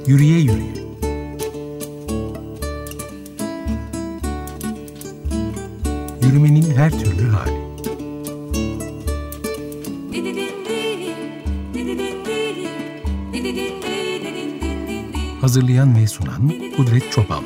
Yürüye yürüye. Yürümenin her türlü hali. Hazırlayan ve sunan Kudret Çoban.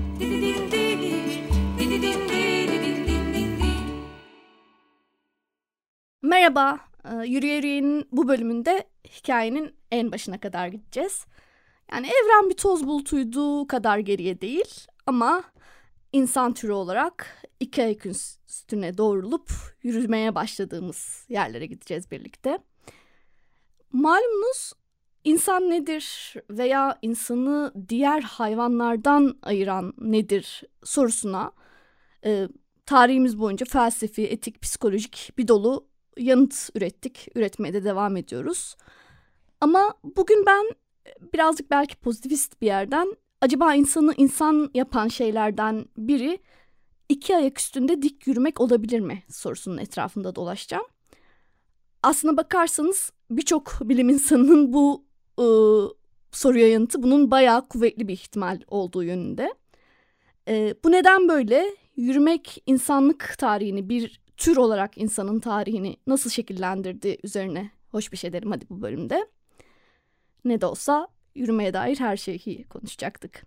Merhaba, Yürüye Yürüye'nin bu bölümünde hikayenin en başına kadar gideceğiz. Yani evren bir toz bulutuydu kadar geriye değil ama insan türü olarak iki ayak üstüne doğrulup yürümeye başladığımız yerlere gideceğiz birlikte. Malumunuz insan nedir veya insanı diğer hayvanlardan ayıran nedir sorusuna tarihimiz boyunca felsefi, etik, psikolojik bir dolu yanıt üretmeye de devam ediyoruz. Ama bugün ben birazcık belki pozitivist bir yerden acaba insanı insan yapan şeylerden biri iki ayak üstünde dik yürümek olabilir mi sorusunun etrafında dolaşacağım. Aslına bakarsanız birçok bilim insanının bu soruya yanıtı bunun bayağı kuvvetli bir ihtimal olduğu yönünde. Bu neden böyle? Yürümek insanlık tarihini, bir tür olarak insanın tarihini nasıl şekillendirdiği üzerine hoş bir şey derim hadi bu bölümde. Ne de olsa yürümeye dair her şeyi konuşacaktık.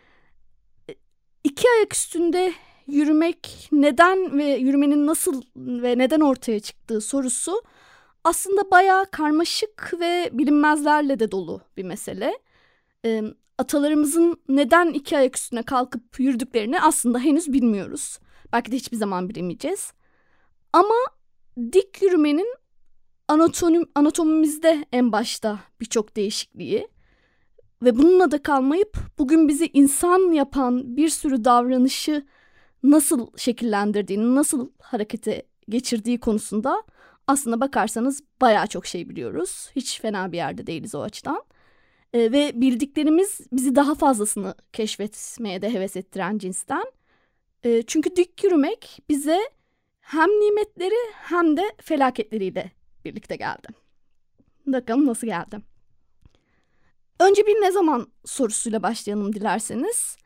İki ayak üstünde yürümek neden ve yürümenin nasıl ve neden ortaya çıktığı sorusu aslında bayağı karmaşık ve bilinmezlerle de dolu bir mesele. Atalarımızın neden iki ayak üstüne kalkıp yürüdüklerini aslında henüz bilmiyoruz. Belki de hiçbir zaman bilemeyeceğiz. Ama dik yürümenin anatomimizde en başta birçok değişikliği ve bununla da kalmayıp bugün bizi insan yapan bir sürü davranışı nasıl şekillendirdiğini, nasıl harekete geçirdiği konusunda aslında bakarsanız bayağı çok şey biliyoruz. Hiç fena bir yerde değiliz o açıdan. Ve bildiklerimiz bizi daha fazlasını keşfetmeye de heves ettiren cinsten. Çünkü dik yürümek bize hem nimetleri hem de felaketleriyle birlikte geldi. Bakalım nasıl geldi. Önce bir ne zaman sorusuyla başlayalım dilerseniz.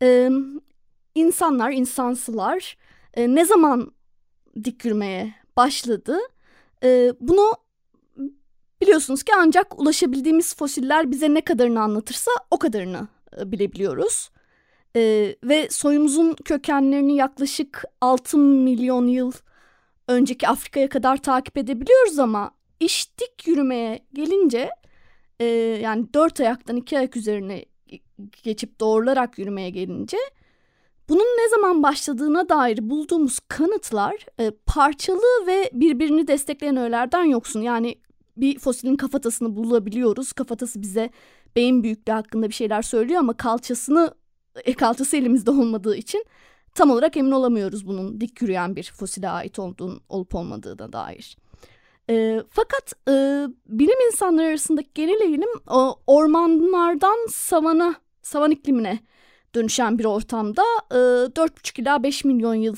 İnsansılar ne zaman dik yürümeye başladı? Bunu biliyorsunuz ki ancak ulaşabildiğimiz fosiller bize ne kadarını anlatırsa o kadarını bilebiliyoruz. Ve soyumuzun kökenlerini yaklaşık 6 milyon yıl önceki Afrika'ya kadar takip edebiliyoruz ama iş dik yürümeye gelince yani 4 ayaktan 2 ayak üzerine geçip doğrularak yürümeye gelince bunun ne zaman başladığına dair bulduğumuz kanıtlar parçalı ve birbirini destekleyen öğelerden yoksun. Yani bir fosilin kafatasını bulabiliyoruz. Kafatası bize beyin büyüklüğü hakkında bir şeyler söylüyor ama kalçası elimizde olmadığı için tam olarak emin olamıyoruz bunun dik yürüyen bir fosile ait olup olmadığına dair. Fakat bilim insanları arasındaki genel eğilim ormanlardan savan iklimine dönüşen bir ortamda 4,5 ila 5 milyon yıl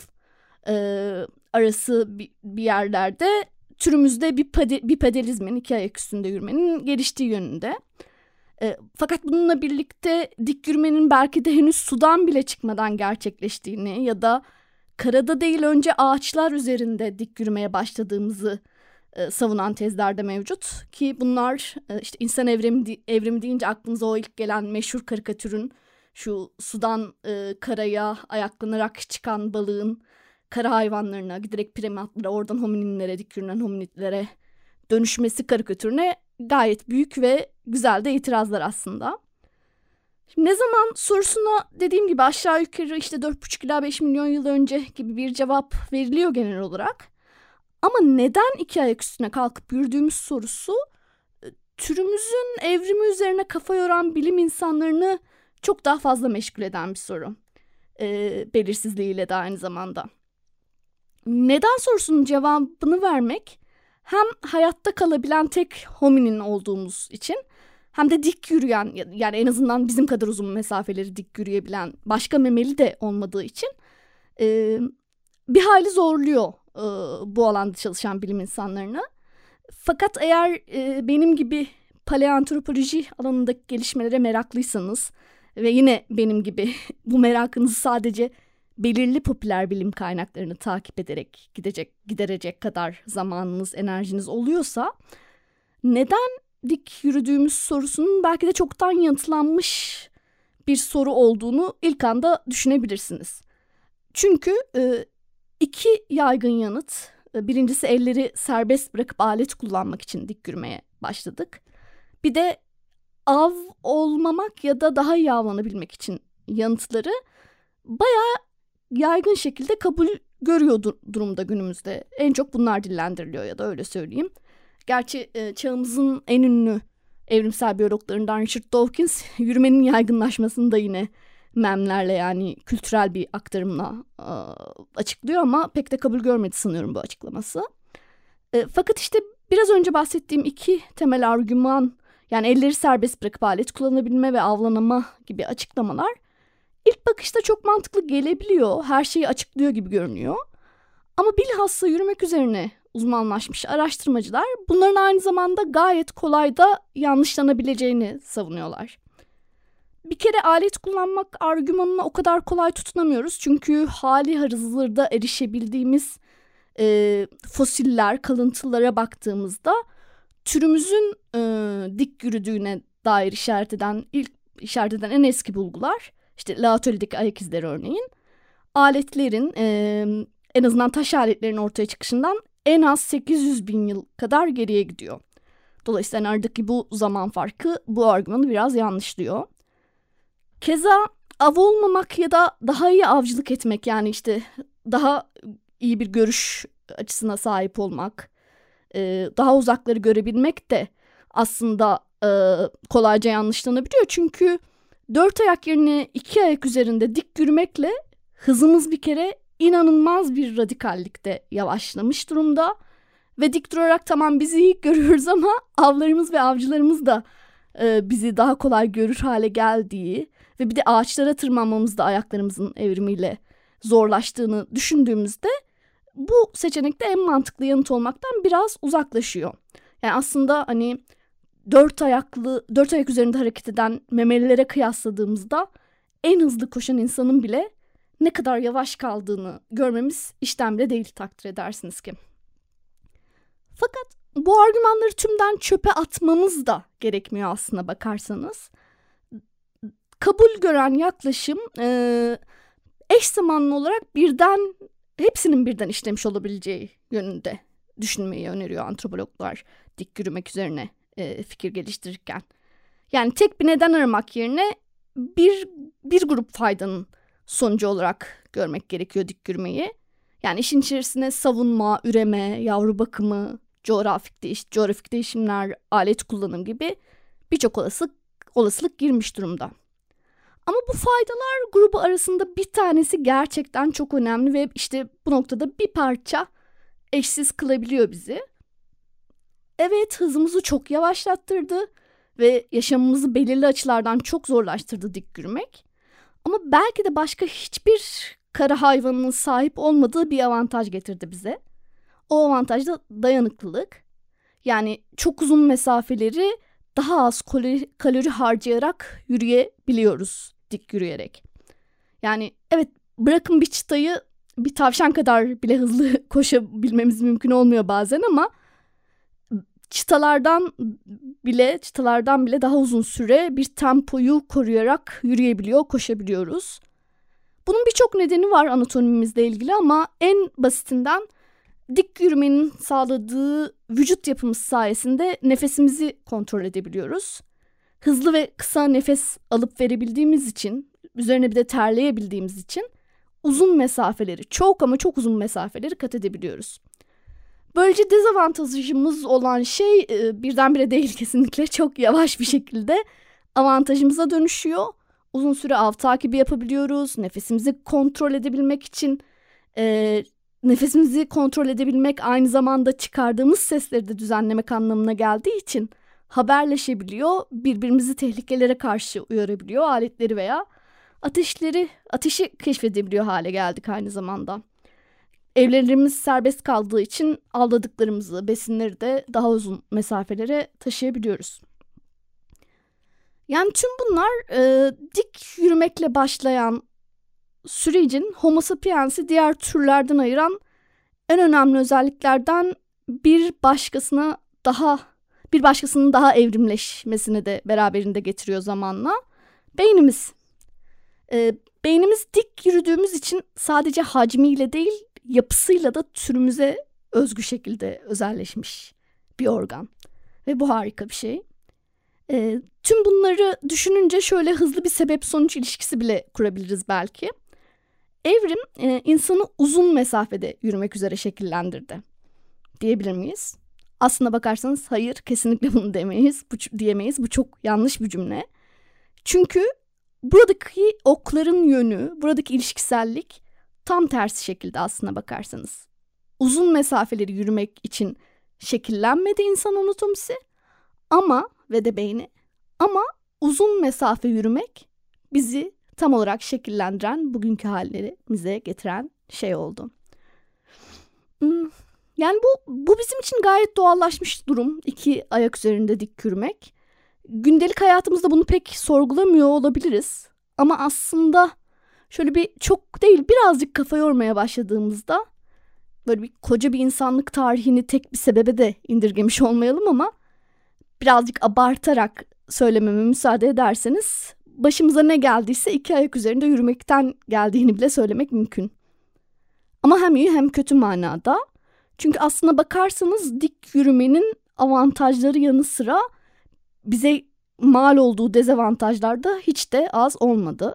arası bir yerlerde türümüzde bipedalizmin, iki ayak üstünde yürümenin geliştiği yönünde. Fakat bununla birlikte dik yürümenin belki de henüz sudan bile çıkmadan gerçekleştiğini ya da karada değil önce ağaçlar üzerinde dik yürümeye başladığımızı savunan tezler de mevcut. Ki bunlar işte insan evrimi deyince aklınıza o ilk gelen meşhur karikatürün şu sudan karaya ayaklanarak çıkan balığın kara hayvanlarına giderek primatlara oradan homininlere dik yürüyen hominitlere dönüşmesi karikatürüne gayet büyük ve güzel de itirazlar aslında. Şimdi ne zaman sorusuna dediğim gibi aşağı yukarı işte 4,5 ila 5 milyon yıl önce gibi bir cevap veriliyor genel olarak. Ama neden iki ayak üstüne kalkıp yürüdüğümüz sorusu türümüzün evrimi üzerine kafa yoran bilim insanlarını çok daha fazla meşgul eden bir soru. Belirsizliğiyle de aynı zamanda. Neden sorusunun cevabını vermek hem hayatta kalabilen tek hominin olduğumuz için hem de dik yürüyen yani en azından bizim kadar uzun mesafeleri dik yürüyebilen başka memeli de olmadığı için bir hayli zorluyor bu alanda çalışan bilim insanlarını. Fakat eğer benim gibi paleoantropoloji alanındaki gelişmelere meraklıysanız ve yine benim gibi bu merakınızı sadece belirli popüler bilim kaynaklarını takip ederek giderecek kadar zamanınız, enerjiniz oluyorsa neden dik yürüdüğümüz sorusunun belki de çoktan yanıtlanmış bir soru olduğunu ilk anda düşünebilirsiniz. Çünkü iki yaygın yanıt. Birincisi elleri serbest bırakıp alet kullanmak için dik yürümeye başladık. Bir de av olmamak ya da daha iyi avlanabilmek için yanıtları bayağı yaygın şekilde kabul görüyor durumda günümüzde. En çok bunlar dillendiriliyor ya da öyle söyleyeyim. Gerçi çağımızın en ünlü evrimsel biyologlarından Richard Dawkins yürümenin yaygınlaşmasını da yine memlerle yani kültürel bir aktarımla açıklıyor ama pek de kabul görmedi sanıyorum bu açıklaması. Fakat işte biraz önce bahsettiğim iki temel argüman yani elleri serbest bırakıp alet kullanabilme ve avlanama gibi açıklamalar ilk bakışta çok mantıklı gelebiliyor. Her şeyi açıklıyor gibi görünüyor. Ama bilhassa yürümek üzerine uzmanlaşmış araştırmacılar bunların aynı zamanda gayet kolay da yanlışlanabileceğini savunuyorlar. Bir kere alet kullanmak argümanına o kadar kolay tutunamıyoruz. Çünkü hali hazırda erişebildiğimiz fosiller, kalıntılara baktığımızda türümüzün dik yürüdüğüne dair işaret eden en eski bulgular, işte Laetoli'deki ayak izleri örneğin, aletlerin en azından taş aletlerin ortaya çıkışından en az 800 bin yıl kadar geriye gidiyor. Dolayısıyla aradaki bu zaman farkı bu argümanı biraz yanlışlıyor. Keza av olmamak ya da daha iyi avcılık etmek yani işte daha iyi bir görüş açısına sahip olmak, daha uzakları görebilmek de aslında kolayca yanlışlanabiliyor. Çünkü 4 ayak yerine 2 ayak üzerinde dik yürümekle hızımız bir kere inanılmaz bir radikallikte yavaşlamış durumda. Ve dik durarak tamam bizi iyi görüyoruz ama avlarımız ve avcılarımız da bizi daha kolay görür hale geldiği ve bir de ağaçlara tırmanmamız da ayaklarımızın evrimiyle zorlaştığını düşündüğümüzde bu seçenekte en mantıklı yanıt olmaktan biraz uzaklaşıyor. Yani aslında hani dört ayak üzerinde hareket eden memelilere kıyasladığımızda en hızlı koşan insanın bile ne kadar yavaş kaldığını görmemiz işten bile değil takdir edersiniz ki. Fakat bu argümanları tümden çöpe atmamız da gerekmiyor aslına bakarsanız. Kabul gören yaklaşım eş zamanlı olarak hepsinin birden işlemiş olabileceği yönünde düşünmeyi öneriyor antropologlar dik yürümek üzerine fikir geliştirirken. Yani tek bir neden aramak yerine bir grup faydanın sonucu olarak görmek gerekiyor dik yürümeyi. Yani işin içerisine savunma, üreme, yavru bakımı, coğrafik değişimler, alet kullanım gibi birçok olasılık girmiş durumda. Ama bu faydalar grubu arasında bir tanesi gerçekten çok önemli ve işte bu noktada bir parça eşsiz kılabiliyor bizi. Evet, hızımızı çok yavaşlattırdı ve yaşamımızı belirli açılardan çok zorlaştırdı dik yürümek. Ama belki de başka hiçbir kara hayvanının sahip olmadığı bir avantaj getirdi bize. O avantaj da dayanıklılık. Yani çok uzun mesafeleri daha az kalori harcayarak yürüyebiliyoruz dik yürüyerek. Yani evet, bırakın bir çitayı bir tavşan kadar bile hızlı koşabilmemiz mümkün olmuyor bazen ama çıtalardan bile daha uzun süre bir tempoyu koruyarak yürüyebiliyor, koşabiliyoruz. Bunun birçok nedeni var anatomimizle ilgili ama en basitinden dik yürümenin sağladığı vücut yapımız sayesinde nefesimizi kontrol edebiliyoruz. Hızlı ve kısa nefes alıp verebildiğimiz için, üzerine bir de terleyebildiğimiz için uzun mesafeleri, çok ama çok uzun mesafeleri kat edebiliyoruz. Böylece dezavantajımız olan şey birdenbire değil, kesinlikle çok yavaş bir şekilde avantajımıza dönüşüyor. Uzun süre av takibi yapabiliyoruz. Nefesimizi kontrol edebilmek için nefesimizi kontrol edebilmek aynı zamanda çıkardığımız sesleri de düzenlemek anlamına geldiği için haberleşebiliyor, birbirimizi tehlikelere karşı uyarabiliyor, aletleri veya ateşi keşfedebiliyor hale geldik aynı zamanda. Evlerimiz serbest kaldığı için avladıklarımızı, besinleri de daha uzun mesafelere taşıyabiliyoruz. Yani tüm bunlar dik yürümekle başlayan sürecin Homo sapiens'i diğer türlerden ayıran en önemli özelliklerden bir başkasının daha evrimleşmesini de beraberinde getiriyor zamanla. Beynimiz. Beynimiz dik yürüdüğümüz için sadece hacmiyle değil, yapısıyla da türümüze özgü şekilde özelleşmiş bir organ. Ve bu harika bir şey. Tüm bunları düşününce şöyle hızlı bir sebep-sonuç ilişkisi bile kurabiliriz belki. Evrim insanı uzun mesafede yürümek üzere şekillendirdi diyebilir miyiz? Aslına bakarsanız hayır, kesinlikle bunu diyemeyiz. Bu çok yanlış bir cümle. Çünkü buradaki okların yönü, buradaki ilişkisellik tam tersi şekilde aslına bakarsanız. Uzun mesafeleri yürümek için şekillenmedi insan anatomisi ve de beyni. Ama uzun mesafe yürümek bizi tam olarak şekillendiren, bugünkü hallerimize getiren şey oldu. Yani bu bizim için gayet doğallaşmış durum. 2 ayak üzerinde dik yürümek. Gündelik hayatımızda bunu pek sorgulamıyor olabiliriz. Ama aslında şöyle çok değil birazcık kafa yormaya başladığımızda böyle koca bir insanlık tarihini tek bir sebebe de indirgemiş olmayalım ama birazcık abartarak söylememe müsaade ederseniz başımıza ne geldiyse 2 ayak üzerinde yürümekten geldiğini bile söylemek mümkün. Ama hem iyi hem kötü manada. Çünkü aslına bakarsanız dik yürümenin avantajları yanı sıra bize mal olduğu dezavantajlar da hiç de az olmadı.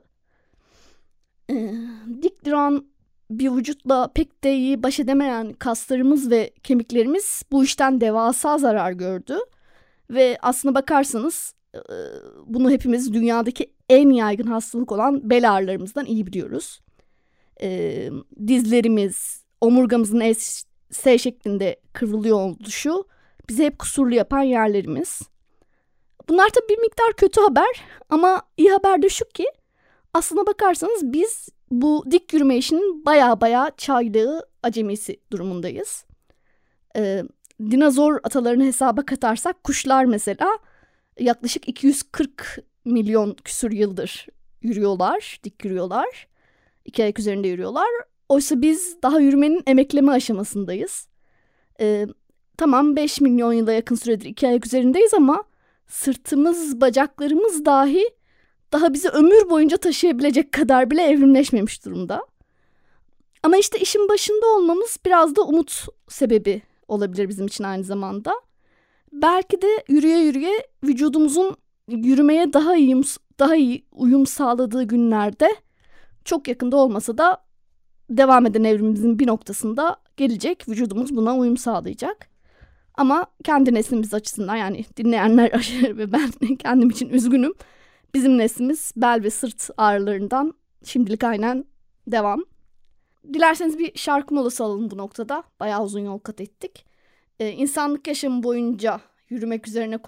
Dik duran bir vücutla pek de iyi baş edemeyen kaslarımız ve kemiklerimiz bu işten devasa zarar gördü. Ve aslına bakarsanız bunu hepimiz dünyadaki en yaygın hastalık olan bel ağrılarımızdan iyi biliyoruz. Dizlerimiz, omurgamızın S şeklinde kıvrılıyor oluşu bizi hep kusurlu yapan yerlerimiz. Bunlar tabii bir miktar kötü haber ama iyi haber de şu ki aslına bakarsanız biz bu dik yürüme işinin baya çaylığı acemisi durumundayız. Dinozor atalarını hesaba katarsak kuşlar mesela yaklaşık 240 milyon küsur yıldır yürüyorlar, dik yürüyorlar. 2 ayak üzerinde yürüyorlar. Oysa biz daha yürümenin emekleme aşamasındayız. Tamam 5 milyon yıla yakın süredir 2 ayak üzerindeyiz ama sırtımız, bacaklarımız dahi daha bizi ömür boyunca taşıyabilecek kadar bile evrimleşmemiş durumda. Ama işte işin başında olmamız biraz da umut sebebi olabilir bizim için aynı zamanda. Belki de yürüye yürüye vücudumuzun yürümeye daha iyi uyum sağladığı günlerde çok yakında olmasa da devam eden evrimimizin bir noktasında gelecek vücudumuz buna uyum sağlayacak. Ama kendi neslimiz açısından yani dinleyenler ve ben kendim için üzgünüm. Bizim neslimiz bel ve sırt ağrılarından şimdilik aynen devam. Dilerseniz bir şarkı molası alalım bu noktada. Bayağı uzun yol kat ettik. İnsanlık yaşamı boyunca yürümek üzerine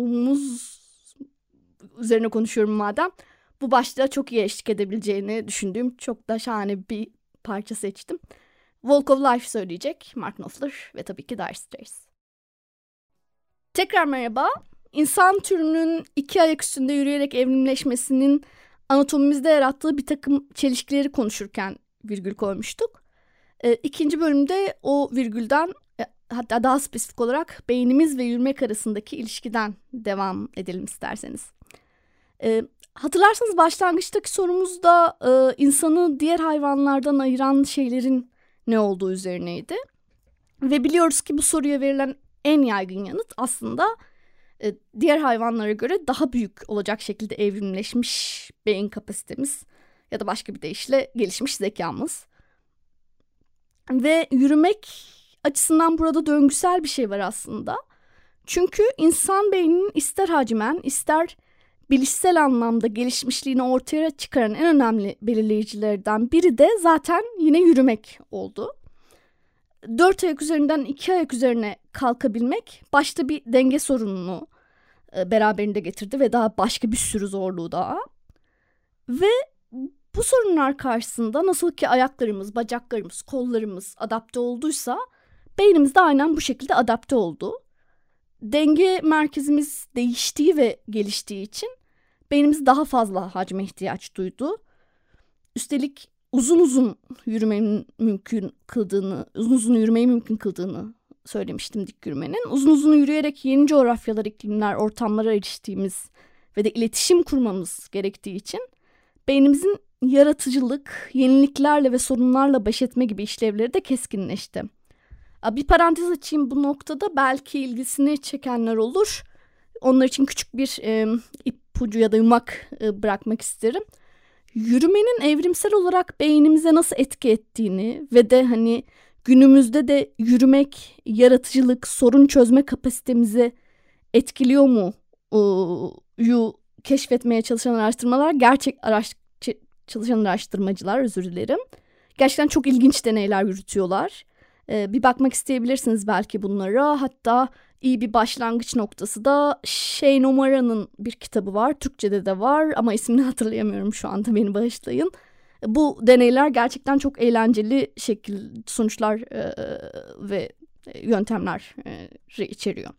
konuşuyorum madem. Bu başlığa çok iyi eşlik edebileceğini düşündüğüm çok da şahane bir parça seçtim. Walk of Life söyleyecek Mark Knopfler ve tabii ki Dire Straits. Tekrar merhaba. İnsan türünün 2 ayak üstünde yürüyerek evrimleşmesinin anatomimizde yarattığı bir takım çelişkileri konuşurken virgül koymuştuk. 2. bölümde o virgülden hatta daha spesifik olarak beynimiz ve yürümek arasındaki ilişkiden devam edelim isterseniz. Hatırlarsanız başlangıçtaki sorumuzda insanı diğer hayvanlardan ayıran şeylerin ne olduğu üzerineydi. Ve biliyoruz ki bu soruya verilen en yaygın yanıt aslında diğer hayvanlara göre daha büyük olacak şekilde evrimleşmiş beyin kapasitemiz ya da başka bir deyişle gelişmiş zekamız. Ve yürümek açısından burada döngüsel bir şey var aslında. Çünkü insan beyninin ister hacmen ister bilişsel anlamda gelişmişliğini ortaya çıkaran en önemli belirleyicilerden biri de zaten yine yürümek oldu. 4 ayak üzerinden 2 ayak üzerine kalkabilmek başta bir denge sorununu beraberinde getirdi ve daha başka bir sürü zorluğu daha. Ve bu sorunlar karşısında nasıl ki ayaklarımız, bacaklarımız, kollarımız adapte olduysa beynimiz de aynen bu şekilde adapte oldu. Denge merkezimiz değiştiği ve geliştiği için beynimiz daha fazla hacme ihtiyaç duydu. Üstelik uzun uzun yürümeyi mümkün kıldığını söylemiştim dik yürümenin. Uzun uzun yürüyerek yeni coğrafyalar, iklimler, ortamlara eriştiğimiz ve de iletişim kurmamız gerektiği için beynimizin yaratıcılık, yeniliklerle ve sorunlarla baş etme gibi işlevleri de keskinleşti. Bir parantez açayım bu noktada, belki ilgisini çekenler olur. Onlar için küçük bir ipucu ya da yumak bırakmak isterim. Yürümenin evrimsel olarak beynimize nasıl etki ettiğini ve de hani günümüzde de yürümek, yaratıcılık, sorun çözme kapasitemizi etkiliyor mu keşfetmeye çalışan araştırmacılar gerçekten çok ilginç deneyler yürütüyorlar. Bir bakmak isteyebilirsiniz belki bunlara. Hatta iyi bir başlangıç noktası da Shane O'Mara'nın bir kitabı var. Türkçe'de de var ama ismini hatırlayamıyorum şu anda, beni bağışlayın. Bu deneyler gerçekten çok eğlenceli sonuçlar ve yöntemler içeriyor.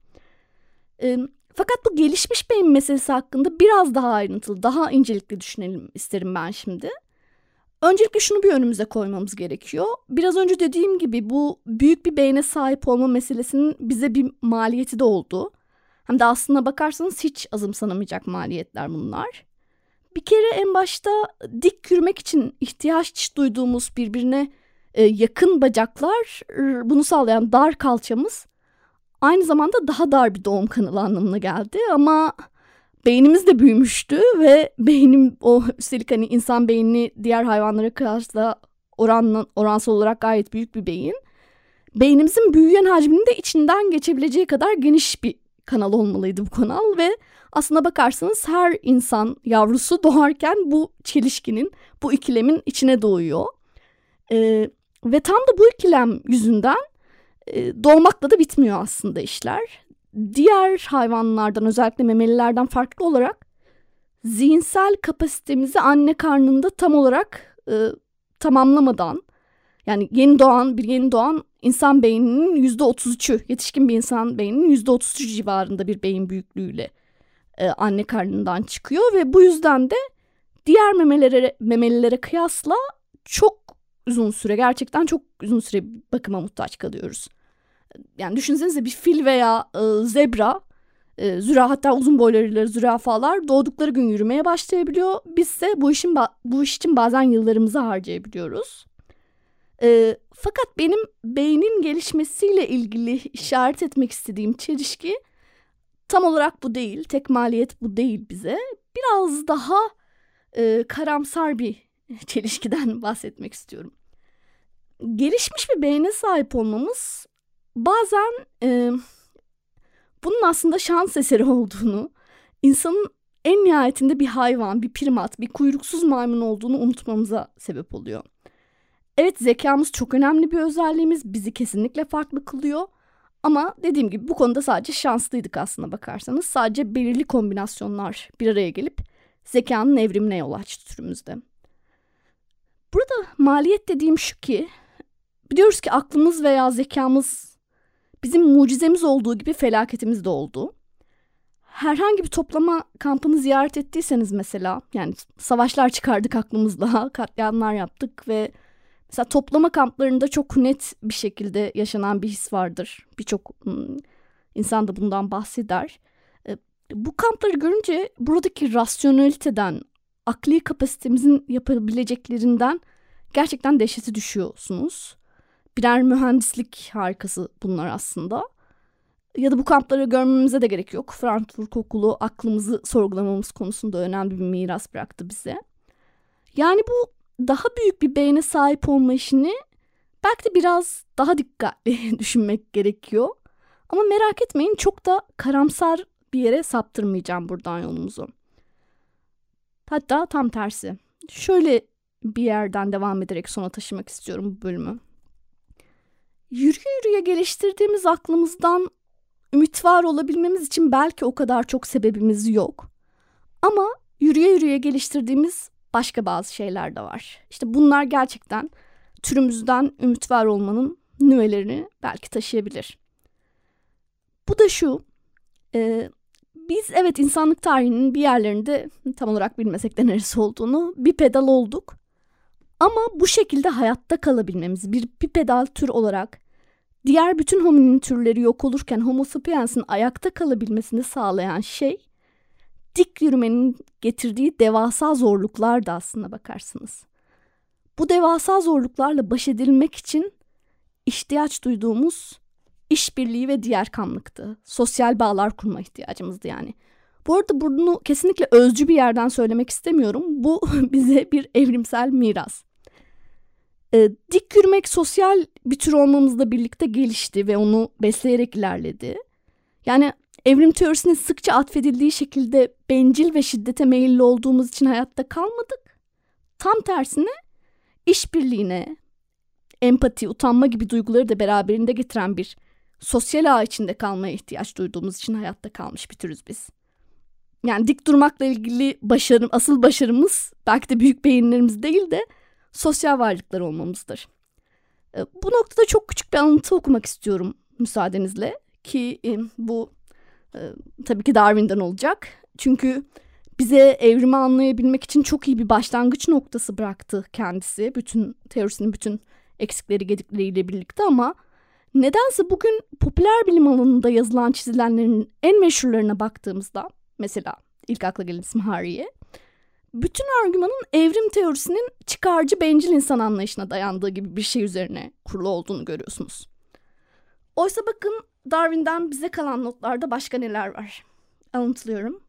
Fakat bu gelişmiş beyin meselesi hakkında biraz daha ayrıntılı, daha incelikli düşünelim isterim ben şimdi. Öncelikle şunu bir önümüze koymamız gerekiyor. Biraz önce dediğim gibi bu büyük bir beyne sahip olma meselesinin bize bir maliyeti de oldu. Hem de aslına bakarsanız hiç azımsanamayacak maliyetler bunlar. Bir kere en başta dik yürümek için ihtiyaç duyduğumuz birbirine yakın bacaklar, bunu sağlayan dar kalçamız aynı zamanda daha dar bir doğum kanalı anlamına geldi. Ama beynimiz de büyümüştü ve üstelik hani insan beyni diğer hayvanlara kıyasla oransal olarak gayet büyük bir beyin. Beynimizin büyüyen hacminin de içinden geçebileceği kadar geniş bir kanal olmalıydı bu kanal ve aslına bakarsanız her insan yavrusu doğarken bu çelişkinin, bu ikilemin içine doğuyor. Ve tam da bu ikilem yüzünden doğmakla da bitmiyor aslında işler. Diğer hayvanlardan, özellikle memelilerden farklı olarak zihinsel kapasitemizi anne karnında tam olarak tamamlamadan, yani yeni doğan insan beyninin %33'ü, yetişkin bir insan beyninin %33'ü civarında bir beyin büyüklüğüyle anne karnından çıkıyor ve bu yüzden de diğer memelilere kıyasla gerçekten çok uzun süre bakıma muhtaç kalıyoruz. Yani düşünsenize, bir fil veya zebra, hatta uzun boylarıyla zürafalar doğdukları gün yürümeye başlayabiliyor. Bizse bu iş için bazen yıllarımızı harcayabiliyoruz. Fakat benim beynin gelişmesiyle ilgili işaret etmek istediğim çelişki tam olarak bu değil. Tek maliyet bu değil bize. Biraz daha karamsar bir çelişkiden bahsetmek istiyorum. Gelişmiş bir beyne sahip olmamız bazen bunun aslında şans eseri olduğunu, insanın en nihayetinde bir hayvan, bir primat, bir kuyruksuz maymun olduğunu unutmamıza sebep oluyor. Evet, zekamız çok önemli bir özelliğimiz, bizi kesinlikle farklı kılıyor. Ama dediğim gibi bu konuda sadece şanslıydık aslına bakarsanız. Sadece belirli kombinasyonlar bir araya gelip zekanın evrimine yol açtı türümüzde. Burada maliyet dediğim şu ki, biliyoruz ki aklımız veya zekamız bizim mucizemiz olduğu gibi felaketimiz de oldu. Herhangi bir toplama kampını ziyaret ettiyseniz mesela, yani savaşlar çıkardık aklımızla, katliamlar yaptık ve mesela toplama kamplarında çok net bir şekilde yaşanan bir his vardır. Birçok insan da bundan bahseder. Bu kampları görünce buradaki rasyoneliteden, akli kapasitemizin yapabileceklerinden gerçekten dehşete düşüyorsunuz. Birer mühendislik harikası bunlar aslında. Ya da bu kampları görmemize de gerek yok. Frankfurt Okulu aklımızı sorgulamamız konusunda önemli bir miras bıraktı bize. Yani bu daha büyük bir beyne sahip olma işini belki de biraz daha dikkatli düşünmek gerekiyor. Ama merak etmeyin, çok da karamsar bir yere saptırmayacağım buradan yolumuzu. Hatta tam tersi. Şöyle bir yerden devam ederek sona taşımak istiyorum bu bölümü. Yürüye geliştirdiğimiz aklımızdan ümit var olabilmemiz için belki o kadar çok sebebimiz yok. Ama yürüye geliştirdiğimiz başka bazı şeyler de var. İşte bunlar gerçekten türümüzden ümit var olmanın nüvelerini belki taşıyabilir. Bu da şu, Biz evet insanlık tarihinin bir yerlerinde tam olarak bilmesek de neresi olduğunu bipedal olduk. Ama bu şekilde hayatta kalabilmemiz, bir bipedal tür olarak diğer bütün hominin türleri yok olurken Homo sapiens'in ayakta kalabilmesini sağlayan şey dik yürümenin getirdiği devasa zorluklardı aslına bakarsınız. Bu devasa zorluklarla baş edilmek için ihtiyaç duyduğumuz işbirliği ve diğerkanlıktı. Sosyal bağlar kurma ihtiyacımızdı yani. Bu arada bunu kesinlikle özcü bir yerden söylemek istemiyorum. Bu bize bir evrimsel miras. Dik yürümek sosyal bir tür olmamızla birlikte gelişti ve onu besleyerek ilerledi. Yani evrim teorisinin sıkça atfedildiği şekilde bencil ve şiddete meyilli olduğumuz için hayatta kalmadık. Tam tersine işbirliğine, empati, utanma gibi duyguları da beraberinde getiren bir sosyal ağ içinde kalmaya ihtiyaç duyduğumuz için hayatta kalmış bir türüz biz. Yani dik durmakla ilgili asıl başarımız belki de büyük beyinlerimiz değil de sosyal varlıklar olmamızdır. Bu noktada çok küçük bir alıntı okumak istiyorum müsaadenizle ki bu tabii ki Darwin'den olacak. Çünkü bize evrimi anlayabilmek için çok iyi bir başlangıç noktası bıraktı kendisi. Bütün teorisinin bütün eksikleri gedikleriyle birlikte ama nedense bugün popüler bilim alanında yazılan çizilenlerin en meşhurlarına baktığımızda mesela ilk akla gelen isim Harry'e bütün argümanın evrim teorisinin çıkarcı bencil insan anlayışına dayandığı gibi bir şey üzerine kurulu olduğunu görüyorsunuz. Oysa bakın Darwin'den bize kalan notlarda başka neler var. Alıntılıyorum.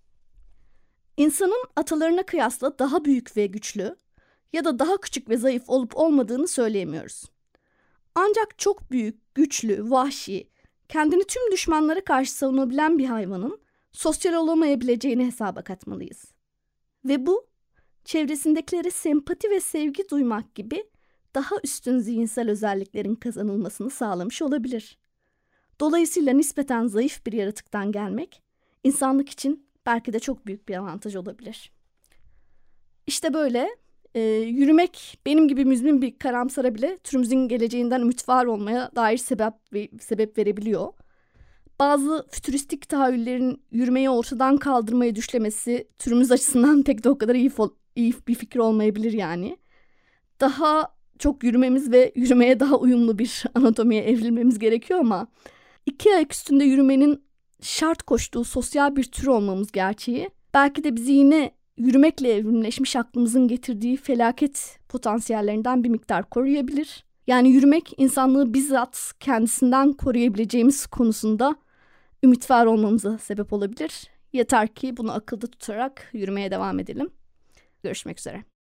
İnsanın atalarına kıyasla daha büyük ve güçlü ya da daha küçük ve zayıf olup olmadığını söyleyemiyoruz. Ancak çok büyük, güçlü, vahşi, kendini tüm düşmanlara karşı savunabilen bir hayvanın sosyal olamayabileceğini hesaba katmalıyız. Ve bu, çevresindekilere sempati ve sevgi duymak gibi daha üstün zihinsel özelliklerin kazanılmasını sağlamış olabilir. Dolayısıyla nispeten zayıf bir yaratıktan gelmek, insanlık için belki de çok büyük bir avantaj olabilir. İşte böyle, yürümek benim gibi müzmin bir karamsara bile türümüzün geleceğinden ümit var olmaya dair sebep verebiliyor. Bazı fütüristik tahayyüllerin yürümeyi ortadan kaldırmayı düşlemesi türümüz açısından pek de o kadar iyi bir fikir olmayabilir yani. Daha çok yürümemiz ve yürümeye daha uyumlu bir anatomiye evrilmemiz gerekiyor ama iki ayak üstünde yürümenin şart koştuğu sosyal bir tür olmamız gerçeği belki de bizi yine yürümekle evrimleşmiş aklımızın getirdiği felaket potansiyellerinden bir miktar koruyabilir. Yani yürümek insanlığı bizzat kendisinden koruyabileceğimiz konusunda ümit var olmamıza sebep olabilir. Yeter ki bunu akılda tutarak yürümeye devam edelim. Görüşmek üzere.